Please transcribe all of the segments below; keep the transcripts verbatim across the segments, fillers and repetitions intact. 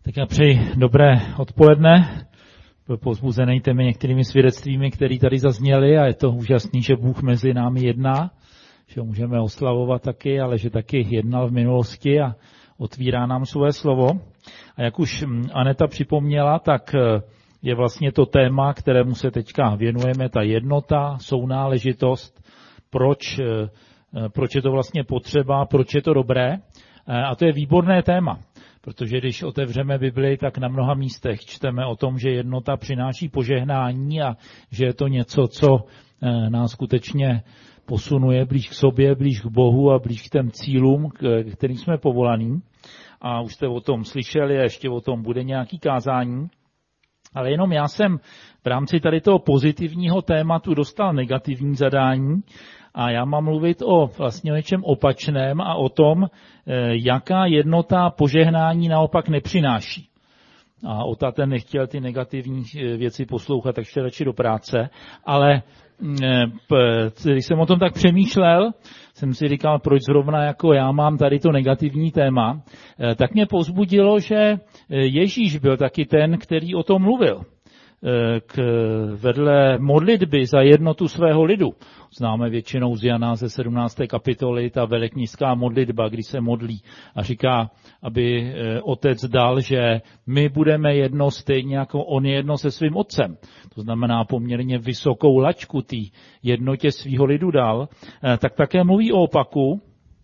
Tak já přeji dobré odpoledne. Byl povzbuzený těmi některými svědectvími, které tady zazněly, a je to úžasný, že Bůh mezi námi jedná, že ho můžeme oslavovat taky, ale že taky jednal v minulosti a otvírá nám své slovo. A jak už Aneta připomněla, tak je vlastně to téma, kterému se teďka věnujeme, ta jednota, sounáležitost, proč, proč je to vlastně potřeba, proč je to dobré. A to je výborné téma. Protože když otevřeme Bibli, tak na mnoha místech čteme o tom, že jednota přináší požehnání a že je to něco, co nás skutečně posunuje blíž k sobě, blíž k Bohu a blíž k těm cílům, kterým jsme povolaní. A už jste o tom slyšeli a ještě o tom bude nějaký kázání. Ale jenom já jsem v rámci tady toho pozitivního tématu dostal negativní zadání a já mám mluvit o vlastně o něčem opačném a o tom, jaká jednota požehnání naopak nepřináší. A Ota ten nechtěl ty negativní věci poslouchat, tak šel radši do práce. Ale když jsem o tom tak přemýšlel, jsem si říkal, proč zrovna jako já mám tady to negativní téma, tak mě povzbudilo, že Ježíš byl taky ten, který o tom mluvil. K, vedle modlitby za jednotu svého lidu. Známe většinou z Jana ze sedmnácté kapitoly, ta velekněžská modlitba, kdy se modlí a říká, aby otec dal, že my budeme jedno stejně jako on je jedno se svým otcem. To znamená poměrně vysokou laťku té jednotě svého lidu dal. Tak také mluví o opaku.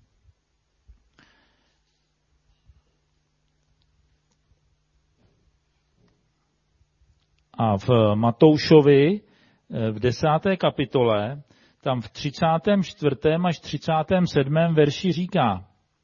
A v Matoušovi v desáté kapitole, tam v třicátém čtvrtém až třicátém sedmém verši říká: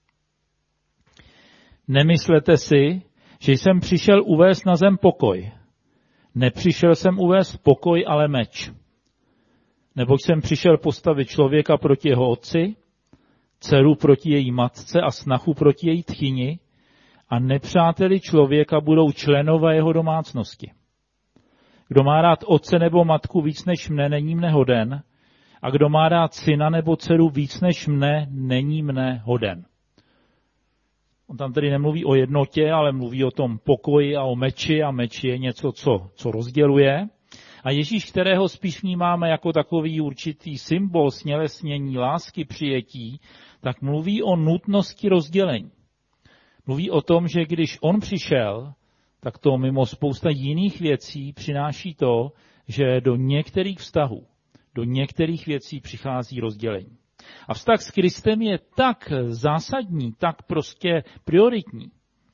Nemyslete si, že jsem přišel uvést na zem pokoj. Nepřišel jsem uvést pokoj, ale meč. Neboť jsem přišel postavit člověka proti jeho otci, dceru proti její matce a snachu proti její tchyni, a nepřáteli člověka budou členové jeho domácnosti. Kdo má rád otce nebo matku víc než mne, není mne hoden, a kdo má rád syna nebo dceru víc než mne, není mne hoden. On tam tedy nemluví o jednotě, ale mluví o tom pokoji a o meči, a meč je něco, co, co rozděluje. A Ježíš, kterého spíš vnímáme jako takový určitý symbol snělesnění, lásky, přijetí, tak mluví o nutnosti rozdělení. Mluví o tom, že když on přišel, tak to mimo spousta jiných věcí přináší to, že do některých vztahů, do některých věcí přichází rozdělení. A vztah s Kristem je tak zásadní, tak prostě prioritní,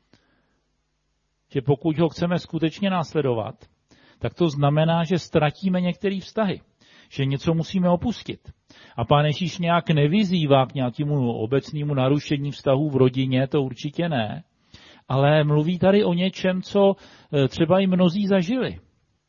že pokud ho chceme skutečně následovat, tak to znamená, že ztratíme některé vztahy, že něco musíme opustit. A Pán Ježíš nějak nevyzývá k nějakému obecnému narušení vztahů v rodině, to určitě ne, ale mluví tady o něčem, co třeba i mnozí zažili.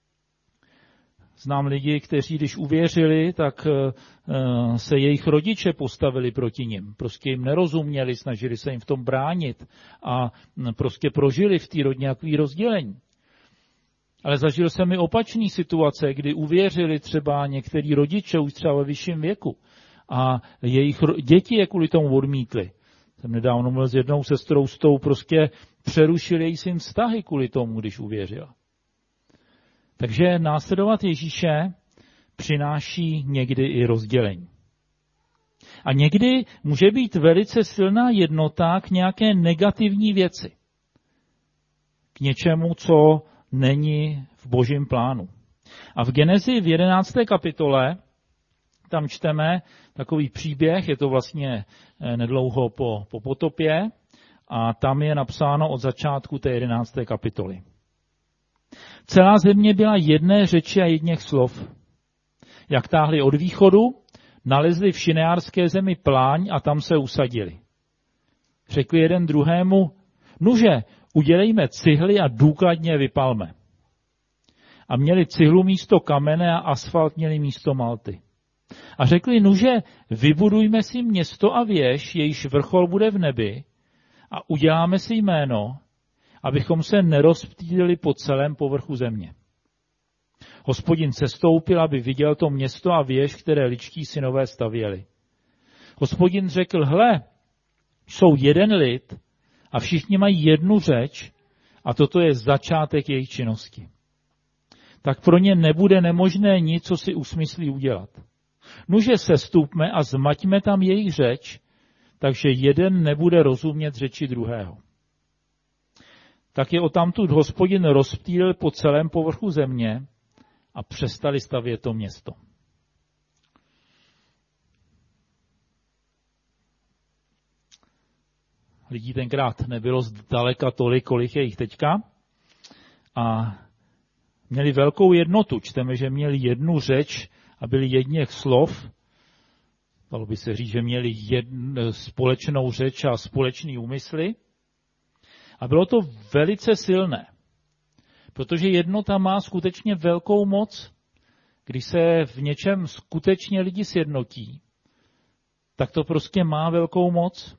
Znám lidi, kteří když uvěřili, tak se jejich rodiče postavili proti nim. Prostě jim nerozuměli, snažili se jim v tom bránit a prostě prožili v té rodině nějaké rozdělení. Ale zažil jsem i opačný situace, kdy uvěřili třeba některý rodiče už třeba ve vyšším věku a jejich děti je kvůli tomu odmítli. Jsem nedávno mluvil s jednou sestrou, s tou prostě přerušil její syn vztahy kvůli tomu, když uvěřila. Takže následovat Ježíše přináší někdy i rozdělení. A někdy může být velice silná jednota k nějaké negativní věci. K něčemu, co není v Božím plánu. A v Genezi v jedenácté kapitole tam čteme takový příběh, je to vlastně nedlouho po, po potopě, a tam je napsáno od začátku té jedenácté kapitoly. Celá země byla jedné řeči a jedněch slov. Jak táhli od východu, nalezli v šineárské zemi pláň a tam se usadili. Řekli jeden druhému: nuže, udělejme cihly a důkladně vypalme. A měli cihlu místo kamene a asfalt měli místo malty. A řekli: nuže, vybudujme si město a věž, jejíž vrchol bude v nebi, a uděláme si jméno, abychom se nerozptýlili po celém povrchu země. Hospodin sestoupil, aby viděl to město a věž, které ličtí synové stavěli. Hospodin řekl: hle, jsou jeden lid a všichni mají jednu řeč a toto je začátek jejich činnosti. Tak pro ně nebude nemožné nic, co si usmyslí udělat. Nuže sestupme a zmaťme tam jejich řeč, takže jeden nebude rozumět řeči druhého. Tak je odtamtud Hospodin rozptýlil po celém povrchu země a přestali stavět to město. Lidí tenkrát nebylo zdaleka tolik, kolik je jich teďka. A měli velkou jednotu. Čteme, že měli jednu řeč a byli jedněch slov. Dalo by se říct, že měli jedn, společnou řeč a společný úmysly. A bylo to velice silné, protože jednota má skutečně velkou moc. Když se v něčem skutečně lidi sjednotí, tak to prostě má velkou moc.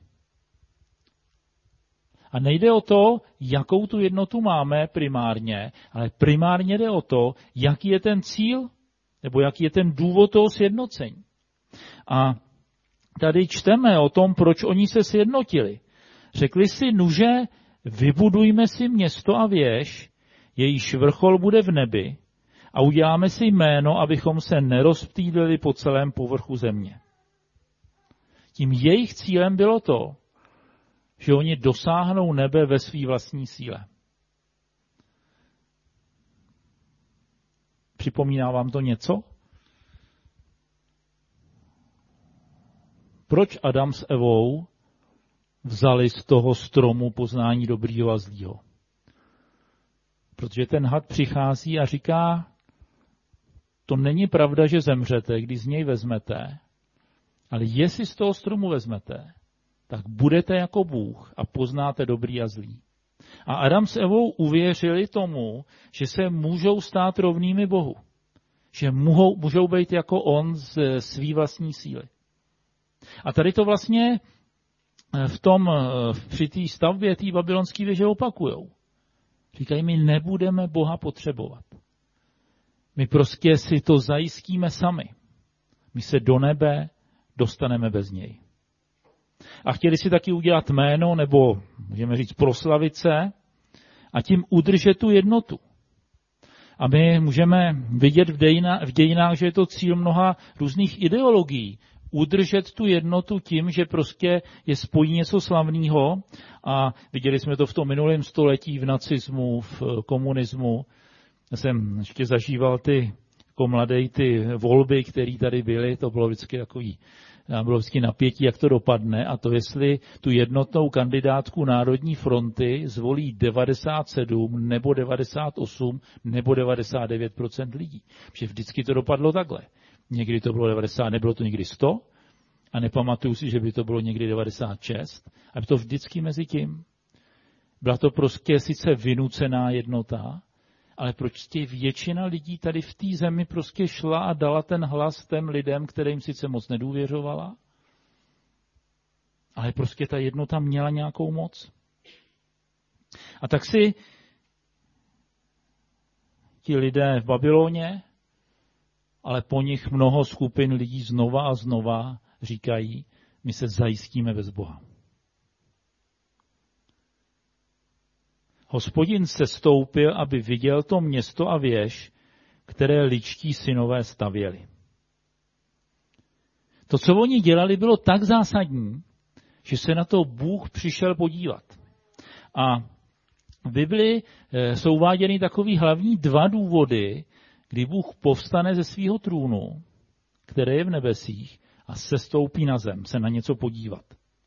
A nejde o to, jakou tu jednotu máme primárně, ale primárně jde o to, jaký je ten cíl, nebo jaký je ten důvod toho sjednocení. A tady čteme o tom, proč oni se sjednotili. Řekli si, nuže, vybudujme si město a věž, jejíž vrchol bude v nebi, a uděláme si jméno, abychom se nerozptýlili po celém povrchu země. Tím jejich cílem bylo to, že oni dosáhnou nebe ve své vlastní síle. Připomíná vám to něco? Proč Adam s Evou vzali z toho stromu poznání dobrýho a zlýho? Protože ten had přichází a říká, to není pravda, že zemřete, když z něj vezmete, ale jestli z toho stromu vezmete, tak budete jako Bůh a poznáte dobrý a zlý. A Adam s Evou uvěřili tomu, že se můžou stát rovnými Bohu. Že můžou, můžou být jako on z svý vlastní síly. A tady to vlastně v tom, při té stavbě té babylonské věže opakujou. Říkají, my nebudeme Boha potřebovat. My prostě si to zajistíme sami. My se do nebe dostaneme bez něj. A chtěli si taky udělat jméno, nebo můžeme říct proslavit se, a tím udržet tu jednotu. A my můžeme vidět v, dejina, v dějinách, že je to cíl mnoha různých ideologií. Udržet tu jednotu tím, že prostě je spojí něco slavného. A viděli jsme to v tom minulém století, v nacismu, v komunismu. Já jsem ještě zažíval ty, jako mladej, ty volby, které tady byly. To bylo vždycky takový, bylo vždycky napětí, jak to dopadne. A to, jestli tu jednotnou kandidátku Národní fronty zvolí devadesát sedm nebo devadesát osm nebo devadesát devět procent lidí. Protože vždycky to dopadlo takhle. Někdy to bylo devadesát, nebylo to někdy sto, a nepamatuju si, že by to bylo někdy devadesát šest, a to vždycky mezi tím. Byla to prostě sice vynucená jednota, ale prostě většina lidí tady v té zemi prostě šla a dala ten hlas těm lidem, kterým sice moc nedůvěřovala, ale prostě ta jednota měla nějakou moc. A tak si ti lidé v Babyloně, ale po nich mnoho skupin lidí znova a znova říkají, my se zajistíme bez Boha. Hospodin sestoupil, aby viděl to město a věž, které ličtí synové stavěli. To, co oni dělali, bylo tak zásadní, že se na to Bůh přišel podívat. A v Biblii jsou uváděny takový hlavní dva důvody, kdy Bůh povstane ze svého trůnu, které je v nebesích, a sestoupí na zem, se na něco podívat.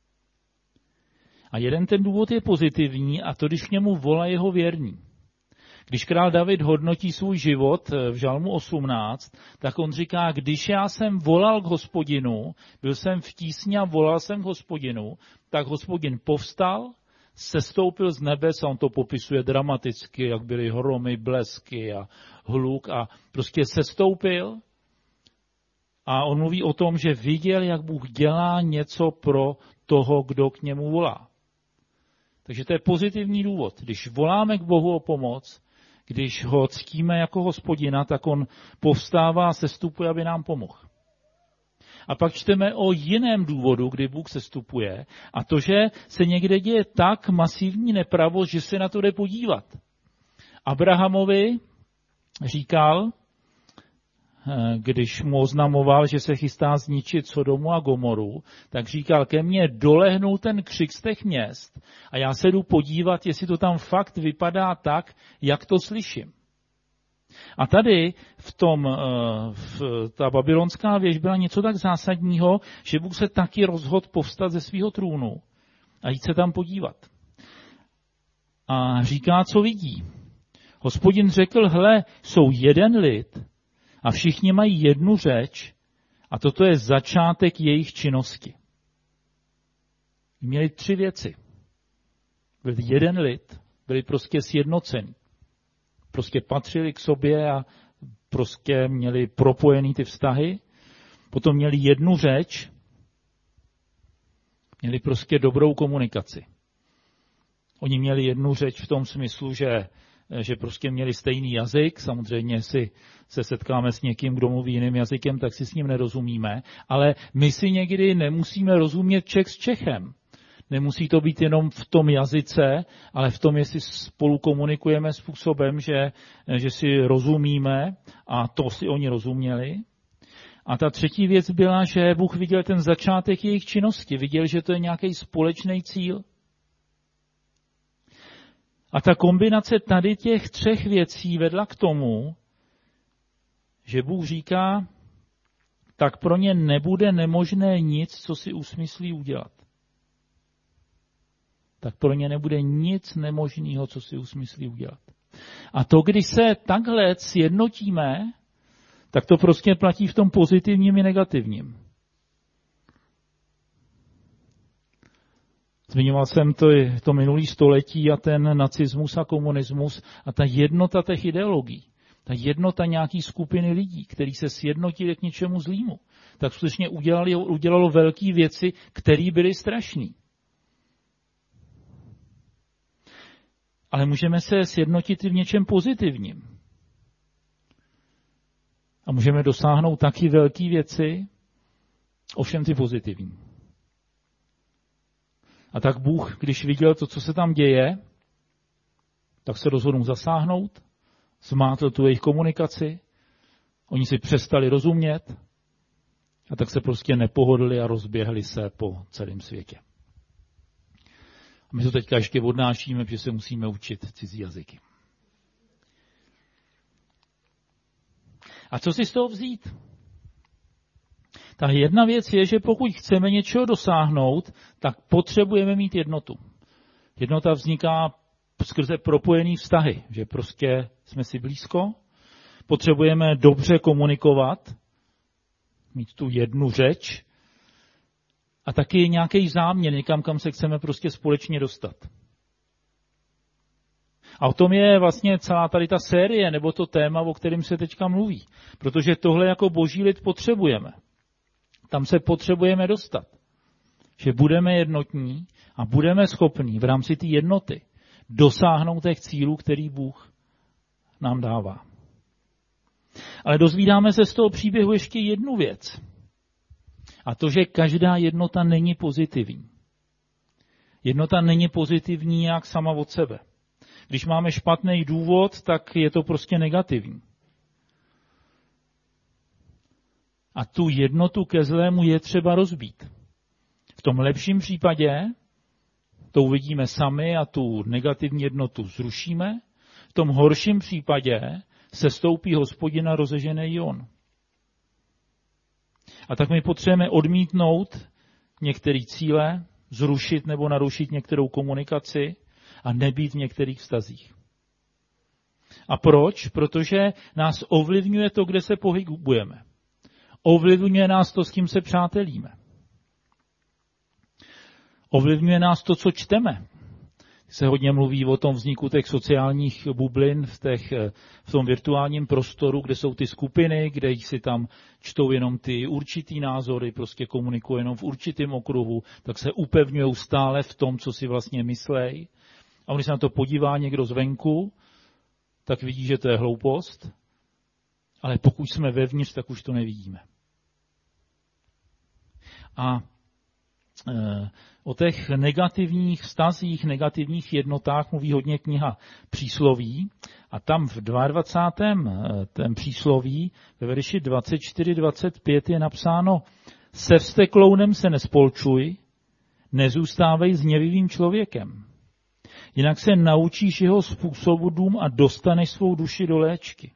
A jeden ten důvod je pozitivní, a to, když k němu volá jeho věrní. Když král David hodnotí svůj život v Žalmu osmnáct, tak on říká, když já jsem volal k Hospodinu, byl jsem v tísni a volal jsem k Hospodinu, tak Hospodin povstal, sestoupil z nebes, a on to popisuje dramaticky, jak byly hromy, blesky a hluk, a prostě sestoupil. A on mluví o tom, že viděl, jak Bůh dělá něco pro toho, kdo k němu volá. Takže to je pozitivní důvod. Když voláme k Bohu o pomoc, když ho ctíme jako Hospodina, tak on povstává a sestupuje, aby nám pomohl. A pak čteme o jiném důvodu, kdy Bůh sestupuje, a to, že se někde děje tak masivní nepravost, že se na to jde podívat. Abrahamovi říkal, když mu oznamoval, že se chystá zničit Sodomu a Gomoru, tak říkal, ke mně dolehnou ten křik z těch měst a já se jdu podívat, jestli to tam fakt vypadá tak, jak to slyším. A tady v tom, v, ta babylonská věž byla něco tak zásadního, že Bůh se taky rozhodl povstat ze svého trůnu a jít se tam podívat. A říká, co vidí. Hospodin řekl, hle, jsou jeden lid a všichni mají jednu řeč a toto je začátek jejich činnosti. Měli tři věci. Byl jeden lid, byli prostě sjednoceni. Prostě patřili k sobě a prostě měli propojený ty vztahy. Potom měli jednu řeč, měli prostě dobrou komunikaci. Oni měli jednu řeč v tom smyslu, že, že prostě měli stejný jazyk. Samozřejmě si se setkáme s někým, kdo mluví jiným jazykem, tak si s ním nerozumíme. Ale my si někdy nemusíme rozumět Čech s Čechem. Nemusí to být jenom v tom jazyce, ale v tom, jestli spolu komunikujeme způsobem, že, že si rozumíme a to si oni rozuměli. A ta třetí věc byla, že Bůh viděl ten začátek jejich činnosti. Viděl, že to je nějaký společný cíl. A ta kombinace tady těch třech věcí vedla k tomu, že Bůh říká, tak pro ně nebude nemožné nic, co si usmyslí udělat. Tak pro ně nebude nic nemožného, co si usmyslí udělat. A to, když se takhle sjednotíme, tak to prostě platí v tom pozitivním i negativním. Zmiňoval jsem to, to minulý století a ten nacismus a komunismus a ta jednota těch ideologií, ta jednota nějaký skupiny lidí, který se sjednotili k něčemu zlýmu, tak skutečně udělali, udělalo velké věci, které byly strašné. Ale můžeme se sjednotit i v něčem pozitivním. A můžeme dosáhnout taky velké věci, ovšem ty pozitivní. A tak Bůh, když viděl to, co se tam děje, tak se rozhodl zasáhnout, zmátl tu jejich komunikaci, oni si přestali rozumět a tak se prostě nepohodli a rozběhli se po celém světě. A my to teďka ještě odnášíme, že se musíme učit cizí jazyky. A co si z toho vzít? Ta jedna věc je, že pokud chceme něčeho dosáhnout, tak potřebujeme mít jednotu. Jednota vzniká skrze propojený vztahy, že prostě jsme si blízko, potřebujeme dobře komunikovat, mít tu jednu řeč a taky nějaký záměr, někam, kam se chceme prostě společně dostat. A o tom je vlastně celá tady ta série, nebo to téma, o kterém se teďka mluví. Protože tohle jako boží lid potřebujeme. Tam se potřebujeme dostat. Že budeme jednotní a budeme schopní v rámci té jednoty dosáhnout těch cílů, který Bůh nám dává. Ale dozvídáme se z toho příběhu ještě jednu věc. A to, že každá jednota není pozitivní. Jednota není pozitivní jak sama od sebe. Když máme špatný důvod, tak je to prostě negativní. A tu jednotu ke zlému je třeba rozbít. V tom lepším případě to uvidíme sami a tu negativní jednotu zrušíme. V tom horším případě se stoupí Hospodin a rozežene ji on. A tak my potřebujeme odmítnout některé cíle, zrušit nebo narušit některou komunikaci a nebýt v některých vztazích. A proč? Protože nás ovlivňuje to, kde se pohybujeme. Ovlivňuje nás to, s kým se přátelíme. Ovlivňuje nás to, co čteme. Se hodně mluví o tom vzniku těch sociálních bublin v, těch, v tom virtuálním prostoru, kde jsou ty skupiny, kde si tam čtou jenom ty určitý názory, prostě komunikují jenom v určitém okruhu, tak se upevňují stále v tom, co si vlastně myslej. A když se na to podívá někdo zvenku, tak vidí, že to je hloupost, ale pokud jsme vevnitř, tak už to nevidíme. A e, o těch negativních vztazích, negativních jednotách mluví hodně kniha Přísloví. A tam v dvacátém druhém ten přísloví ve verši dvacet čtyři dvacet pět je napsáno: se vzteklounem se nespolčuj, nezůstávej zněvivým člověkem. Jinak se naučíš jeho způsobům a dostaneš svou duši do léčky.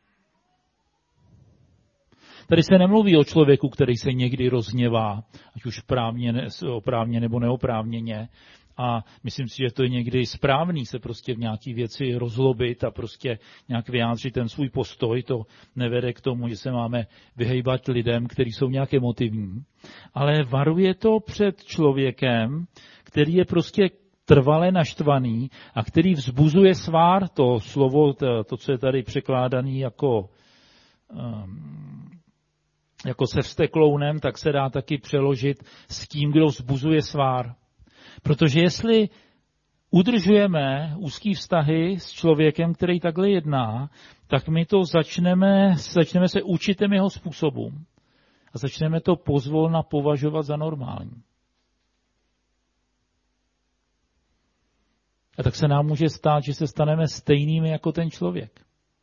Tady se nemluví o člověku, který se někdy rozhněvá, ať už právně, oprávně nebo neoprávněně. A myslím si, že to je někdy správný se prostě v nějaký věci rozlobit a prostě nějak vyjádřit ten svůj postoj. To nevede k tomu, že se máme vyhejbat lidem, kteří jsou nějak emotivní. Ale varuje to před člověkem, který je prostě trvale naštvaný a který vzbuzuje svár. To slovo, to, to co je tady překládaný jako, um, jako se vzteklounem, tak se dá taky přeložit s tím, kdo vzbuzuje svár. Protože jestli udržujeme úzký vztahy s člověkem, který takhle jedná, tak my to začneme, začneme se učit těm jeho způsobům a začneme to pozvolna považovat za normální. A tak se nám může stát, že se staneme stejnými jako ten člověk.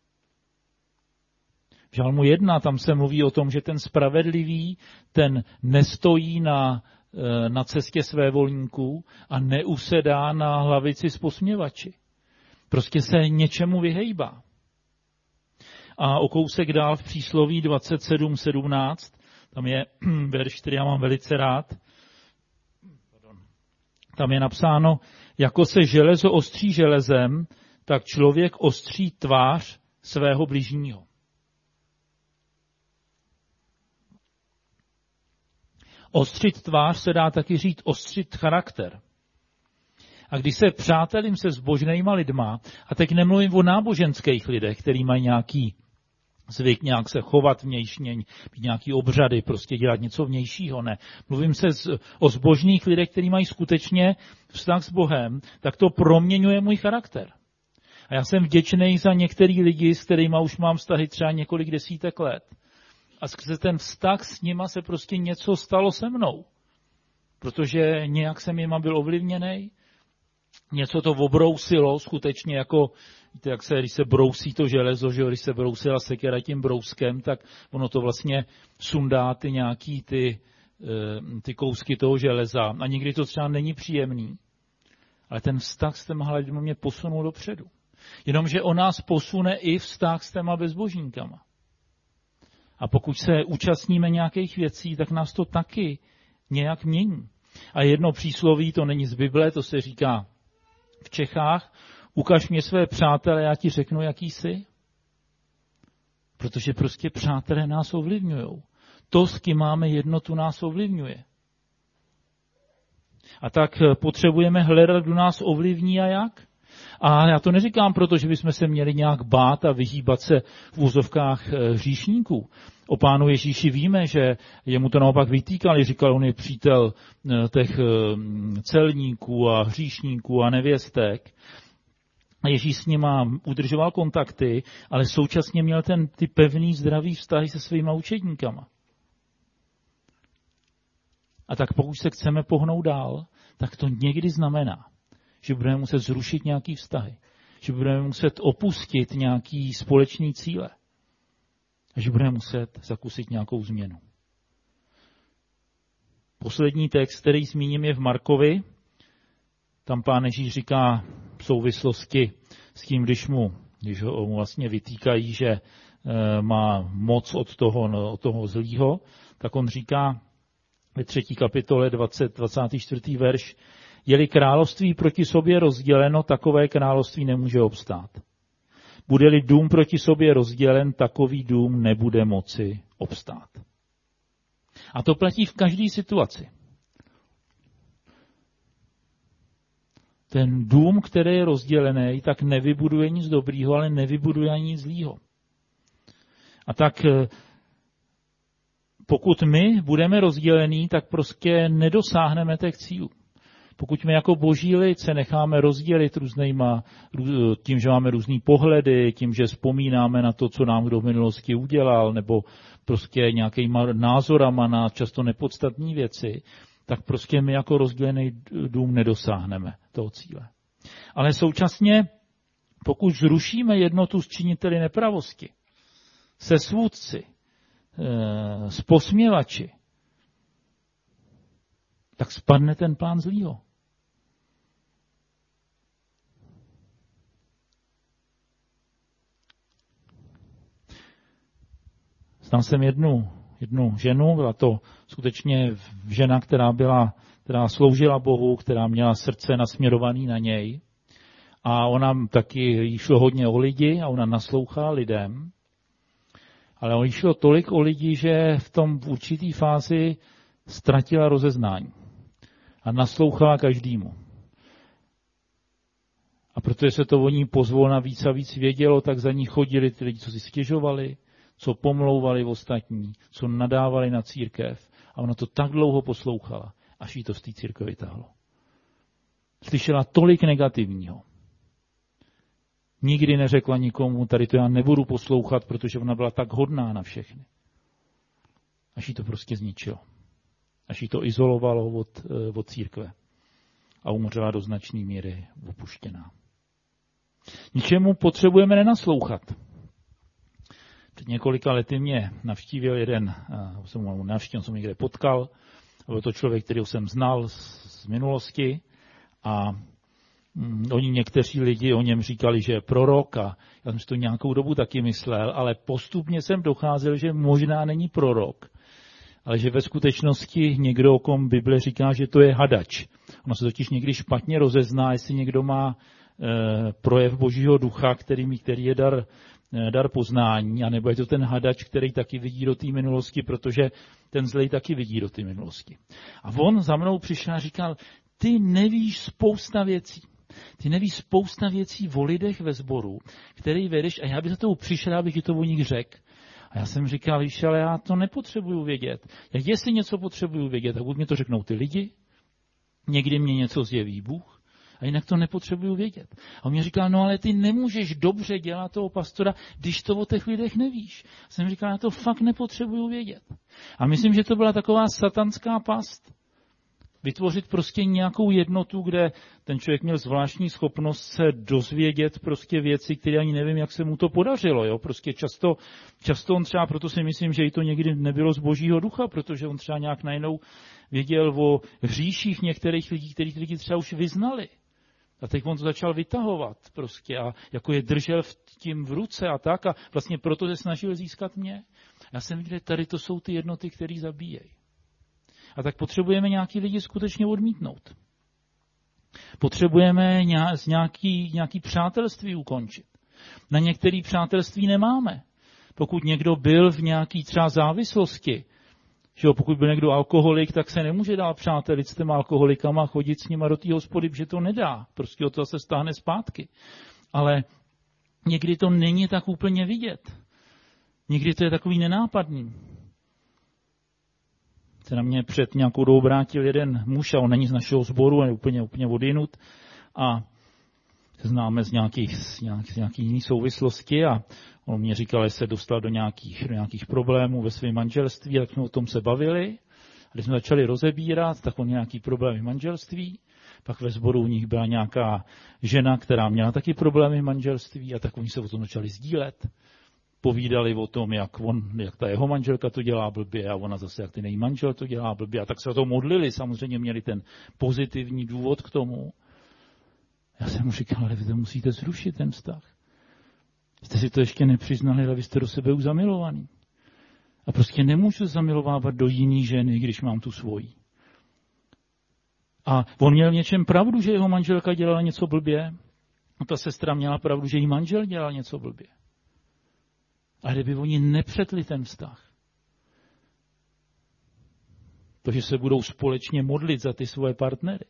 V Žalmu jedna tam se mluví o tom, že ten spravedlivý, ten nestojí na na cestě svévolníků a neusedá na hlavici s posměvači. Prostě se něčemu vyhejbá. A o kousek dál v přísloví dvacet sedm sedmnáct, tam je verš, který já mám velice rád, tam je napsáno: jako se železo ostří železem, tak člověk ostří tvář svého bližního. Ostřit tvář se dá taky říct ostřit charakter. A když se přátelím se zbožnýma lidma, a teď nemluvím o náboženských lidech, kteří mají nějaký zvyk nějak se chovat vnějšně, mít nějaký obřady, prostě dělat něco vnějšího, ne. Mluvím se z, o zbožných lidech, kteří mají skutečně vztah s Bohem, tak to proměňuje můj charakter. A já jsem vděčný za některý lidi, s kterými už mám vztahy třeba několik desítek let. A skrze ten vztah s nima se prostě něco stalo se mnou. Protože nějak jsem jima byl ovlivněný, něco to obrousilo skutečně jako, víte, jak se, když se brousí to železo, že když se brousila sekera tím brouskem, tak ono to vlastně sundá ty nějaký ty, ty kousky toho železa. A někdy to třeba není příjemný. Ale ten vztah s těma lidmi mě posunul dopředu. Jenomže on nás posune i vztah s těma bezbožníkama. A pokud se účastníme nějakých věcí, tak nás to taky nějak mění. A jedno přísloví, to není z Bible, to se říká v Čechách: ukaž mě své přátele, já ti řeknu, jaký jsi. Protože prostě přátelé nás ovlivňují. To, s kým máme jednotu, nás ovlivňuje. A tak potřebujeme hledat, kdo nás ovlivní a jak. A já to neříkám proto, že bychom se měli nějak bát a vyhýbat se v úzovkách hříšníků. O Pánu Ježíši víme, že jemu to naopak vytýkali, říkal, on je přítel těch celníků a hříšníků a nevěstek. A Ježíš s nima udržoval kontakty, ale současně měl ten, ty pevný, zdravý vztahy se svýma učedníkama. A tak pokud se chceme pohnout dál, tak to někdy znamená, že budeme muset zrušit nějaký vztahy, že budeme muset opustit nějaký společný cíle a že budeme muset zakusit nějakou změnu. Poslední text, který zmíním, je v Markovi. Tam Pán Ježíš říká v souvislosti s tím, když mu, když ho mu vlastně vytýkají, že má moc od toho, od toho zlýho, tak on říká ve třetí kapitole dvacet, dvacátý čtvrtý verš: je-li království proti sobě rozděleno, takové království nemůže obstát. Bude-li dům proti sobě rozdělen, takový dům nebude moci obstát. A to platí v každé situaci. Ten dům, který je rozdělený, tak nevybuduje nic dobrýho, ale nevybuduje ani nic zlýho. A tak pokud my budeme rozdělení, tak prostě nedosáhneme těch cílů. Pokud my jako boží lid se necháme rozdělit různýma, tím, že máme různý pohledy, tím, že vzpomínáme na to, co nám kdo v minulosti udělal, nebo prostě nějakýma názorama na často nepodstatné věci, tak prostě my jako rozdělený dům nedosáhneme toho cíle. Ale současně, pokud zrušíme jednotu s činiteli nepravosti, se svůdci, s posměvači, tak spadne ten plán zlýho. Znal jsem jednu, jednu ženu, byla to skutečně žena, která byla, která sloužila Bohu, která měla srdce nasměrované na něj. A ona taky jí šlo hodně o lidi a ona naslouchala lidem. Ale jí šlo tolik o lidi, že v tom v určitý fázi ztratila rozeznání. A naslouchala každému. A protože se to o ní pozvolna víc a víc vědělo, tak za ní chodili ty lidi, co si stěžovali, co pomlouvali ostatní, co nadávali na církev. A ona to tak dlouho poslouchala, až jí to z té církve vytáhlo. Slyšela tolik negativního. Nikdy neřekla nikomu, tady to já nebudu poslouchat, protože ona byla tak hodná na všechny. Až jí to prostě zničilo. Až jí to izolovalo od, od církve. A umřela do značné míry opuštěná. Ničemu potřebujeme nenaslouchat. Před několika lety mě navštívil jeden, jsem mu navštívil, jsem někde potkal, byl to člověk, kterého jsem znal z minulosti a mm, oni někteří lidi o něm říkali, že je prorok a já jsem si to nějakou dobu taky myslel, ale postupně jsem docházel, že možná není prorok, ale že ve skutečnosti někdo, o kom Bible říká, že to je hadač. Ono se totiž někdy špatně rozezná, jestli někdo má e, projev Božího ducha, který, který je dar, e, dar poznání, anebo je to ten hadač, který taky vidí do té minulosti, protože ten zlej taky vidí do té minulosti. A on za mnou přišel a říkal, ty nevíš spousta věcí. Ty nevíš spousta věcí o lidech ve sboru, který vedeš a já bych za tou přišel, abych ti to o nich řekl. A já jsem říkal, víš, ale já to nepotřebuju vědět. Jak jestli něco potřebuju vědět, tak buď mě to řeknou ty lidi, někdy mě něco zjeví Bůh, a jinak to nepotřebuju vědět. A on mě říkal, no ale ty nemůžeš dobře dělat toho pastora, když to o těch lidech nevíš. A jsem říkal, já to fakt nepotřebuju vědět. A myslím, že to byla taková satanská past. Vytvořit prostě nějakou jednotu, kde ten člověk měl zvláštní schopnost se dozvědět prostě věci, které ani nevím, jak se mu to podařilo. Jo? Prostě často, často on třeba, proto si myslím, že i to někdy nebylo z Božího ducha, protože on třeba nějak najednou věděl o hříších některých lidí, kterých lidi třeba už vyznali. A teď on to začal vytahovat prostě a jako je držel v tím v ruce a tak a vlastně proto se snažil získat mě. Já jsem viděl, tady to jsou ty jednoty, které zabíjejí. A tak potřebujeme nějaký lidi skutečně odmítnout. Potřebujeme nějaký, nějaký přátelství ukončit. Na některé přátelství nemáme. Pokud někdo byl v nějaký třeba závislosti, že jo, pokud byl někdo alkoholik, tak se nemůže dál přátelit s těma alkoholikama a chodit s nima do té hospody, protože to nedá. Prostě o to se stáhne zpátky. Ale někdy to není tak úplně vidět. Někdy to je takový nenápadný. Se na mě před nějakou dobou obrátil jeden muž, a on není z našeho sboru, je úplně, úplně odjinut a známe z nějakých, z nějakých, z nějakých jiných souvislostí a on mě říkal, že se dostal do nějakých, do nějakých problémů ve svém manželství, tak jsme o tom se bavili. A když jsme začali rozebírat, tak on nějaký problémy v manželství, pak ve sboru u nich byla nějaká žena, která měla taky problémy v manželství a tak oni se o tom začali sdílet. Povídali o tom, jak, on, jak ta jeho manželka to dělá blbě a ona zase, jak ten její manžel to dělá blbě. A tak se o to modlili, samozřejmě měli ten pozitivní důvod k tomu. Já jsem mu říkal, ale vy to musíte zrušit, ten vztah. Jste si to ještě nepřiznali, ale vy jste do sebe už zamilovaný. A prostě nemůžu zamilovávat do jiný ženy, když mám tu svoji. A on měl v něčem pravdu, že jeho manželka dělala něco blbě. A ta sestra měla pravdu, že jí manžel dělal něco blbě. A kdyby oni nepřetli ten vztah, to, že se budou společně modlit za ty svoje partnery,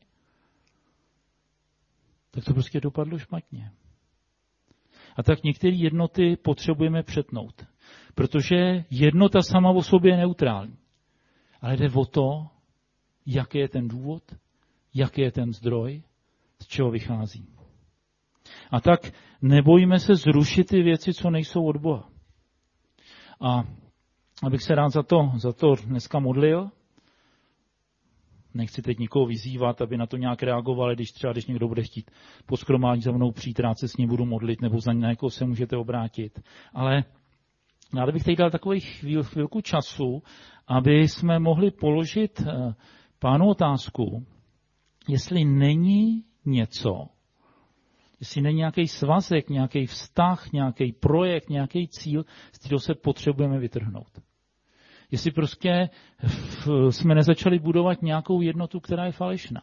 tak to prostě dopadlo špatně. A tak některé jednoty potřebujeme přetnout, protože jednota sama o sobě je neutrální. Ale jde o to, jaký je ten důvod, jak je ten zdroj, z čeho vychází. A tak nebojíme se zrušit ty věci, co nejsou od Boha. A abych se rád za to, za to dneska modlil, nechci teď nikoho vyzývat, aby na to nějak reagoval, když třeba, když někdo bude chtít po shromáždění za mnou přijít, rád se s ním budu modlit, nebo za někoho se můžete obrátit. Ale rád bych tady dal takový chvíl, chvilku času, aby jsme mohli položit Pánu otázku, jestli není něco, jestli není nějaký svazek, nějaký vztah, nějaký projekt, nějaký cíl, z kterého se potřebujeme vytrhnout. Jestli prostě jsme nezačali budovat nějakou jednotu, která je falešná.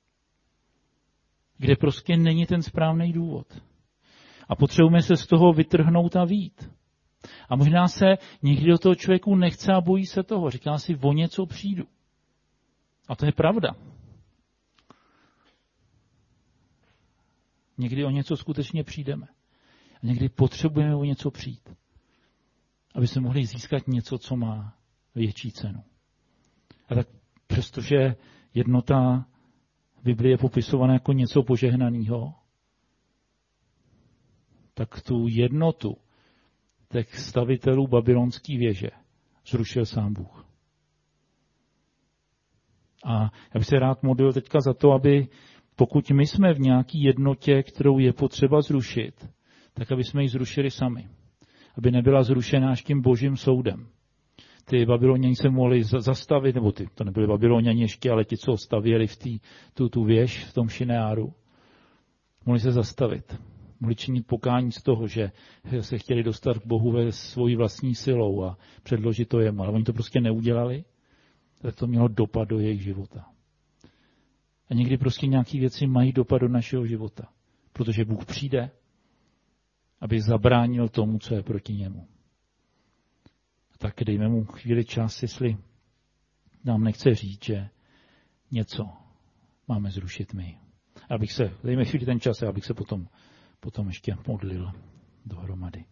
Kde prostě není ten správný důvod. A potřebujeme se z toho vytrhnout a vyjít. A možná se někdy do toho člověku nechce a bojí se toho. Říká si, o něco přijdu. A to je pravda. Někdy o něco skutečně přijdeme. A někdy potřebujeme o něco přijít. Aby jsme mohli získat něco, co má větší cenu. A tak přestože jednota v Biblii je popisovaná jako něco požehnaného, tak tu jednotu těch stavitelů babylonské věže zrušil sám Bůh. A já bych se rád modlil teďka za to, aby pokud my jsme v nějaké jednotě, kterou je potřeba zrušit, tak aby jsme ji zrušili sami. Aby nebyla zrušená až tím božím soudem. Ty Babyloniani se mohli zastavit, nebo ty, to nebyli Babyloniani ještě, ale ti, co stavěli v tý, tu, tu věž v tom Šineáru, mohli se zastavit. Mohli činit pokání z toho, že se chtěli dostat k Bohu ve svojí vlastní silou a předložit to jemu. Ale oni to prostě neudělali, tak to mělo dopad do jejich života. A někdy prostě nějaké věci mají dopad do našeho života, protože Bůh přijde, aby zabránil tomu, co je proti němu. A tak dejme mu chvíli čas, jestli nám nechce říct, že něco máme zrušit my. Abych se, dejme chvíli ten čas, abych se potom, potom ještě modlil dohromady.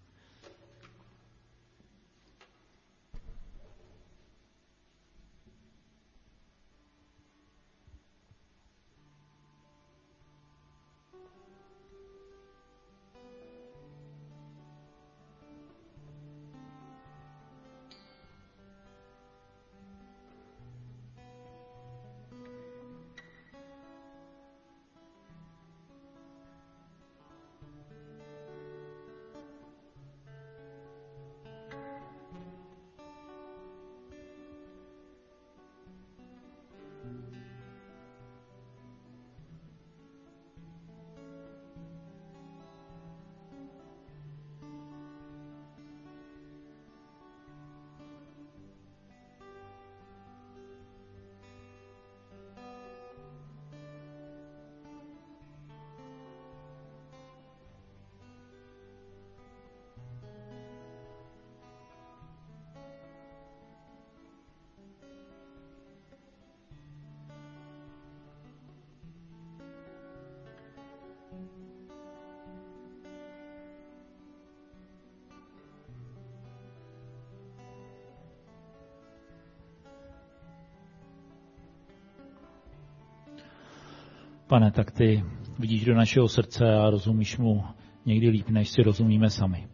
Pane, tak ty vidíš do našeho srdce a rozumíš mu někdy líp, než si rozumíme sami.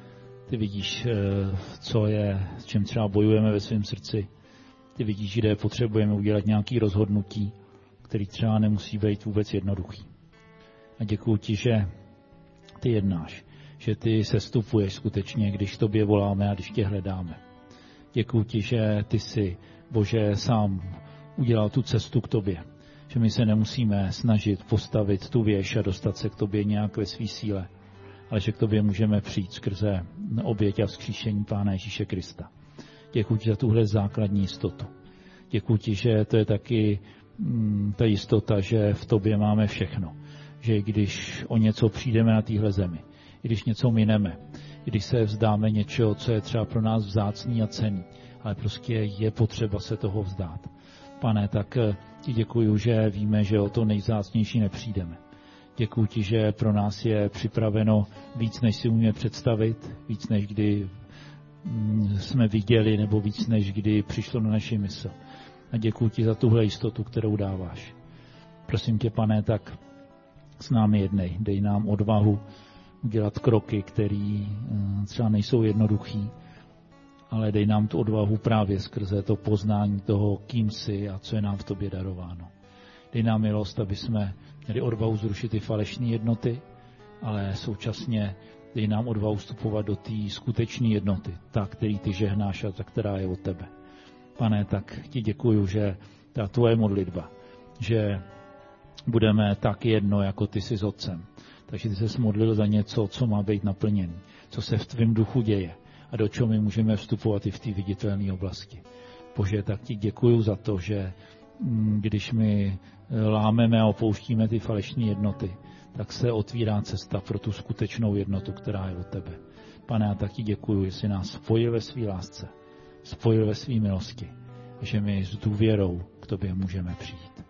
Ty vidíš, co je, s čím třeba bojujeme ve svém srdci. Ty vidíš, kde potřebujeme udělat nějaké rozhodnutí, které třeba nemusí být vůbec jednoduchý. A děkuji ti, že ty jednáš, že ty sestupuješ skutečně, když tobě voláme a když tě hledáme. Děkuji ti, že ty jsi, Bože, sám udělal tu cestu k tobě. Že my se nemusíme snažit postavit tu věž a dostat se k tobě nějak ve své síle, ale že k tobě můžeme přijít skrze oběť a vzkříšení Pána Ježíše Krista. Děkuji ti za tuhle základní jistotu. Děkuji ti, že to je taky mm, ta jistota, že v tobě máme všechno. Že i když o něco přijdeme na téhle zemi, i když něco mineme, i když se vzdáme něčeho, co je třeba pro nás vzácný a cenný, ale prostě je potřeba se toho vzdát. Pane, tak ti děkuju, že víme, že o to nejvzácnější nepřijdeme. Děkuju ti, že pro nás je připraveno víc, než si umíme představit, víc, než kdy jsme viděli, nebo víc, než kdy přišlo na naši mysl. A děkuju ti za tuhle jistotu, kterou dáváš. Prosím tě, Pane, tak s námi jednej. Dej nám odvahu udělat kroky, které třeba nejsou jednoduchý, ale dej nám tu odvahu právě skrze to poznání toho, kým jsi a co je nám v tobě darováno. Dej nám milost, aby jsme měli odvahu zrušit ty falešné jednoty, ale současně dej nám odvahu vstupovat do té skutečné jednoty, ta, který ty žehnáš a ta, která je od tebe. Pane, tak ti děkuju, že ta tvoje modlitba, že budeme tak jedno, jako ty jsi s Otcem. Takže ty jsi modlil za něco, co má být naplněný, co se v tvém duchu děje a do čeho my můžeme vstupovat i v té viditelné oblasti. Bože, tak ti děkuju za to, že když my lámeme a opouštíme ty falešné jednoty, tak se otvírá cesta pro tu skutečnou jednotu, která je od tebe. Pane, já tak ti děkuju, že jsi nás spojil ve své lásce, spojil ve své milosti, že my s důvěrou k tobě můžeme přijít.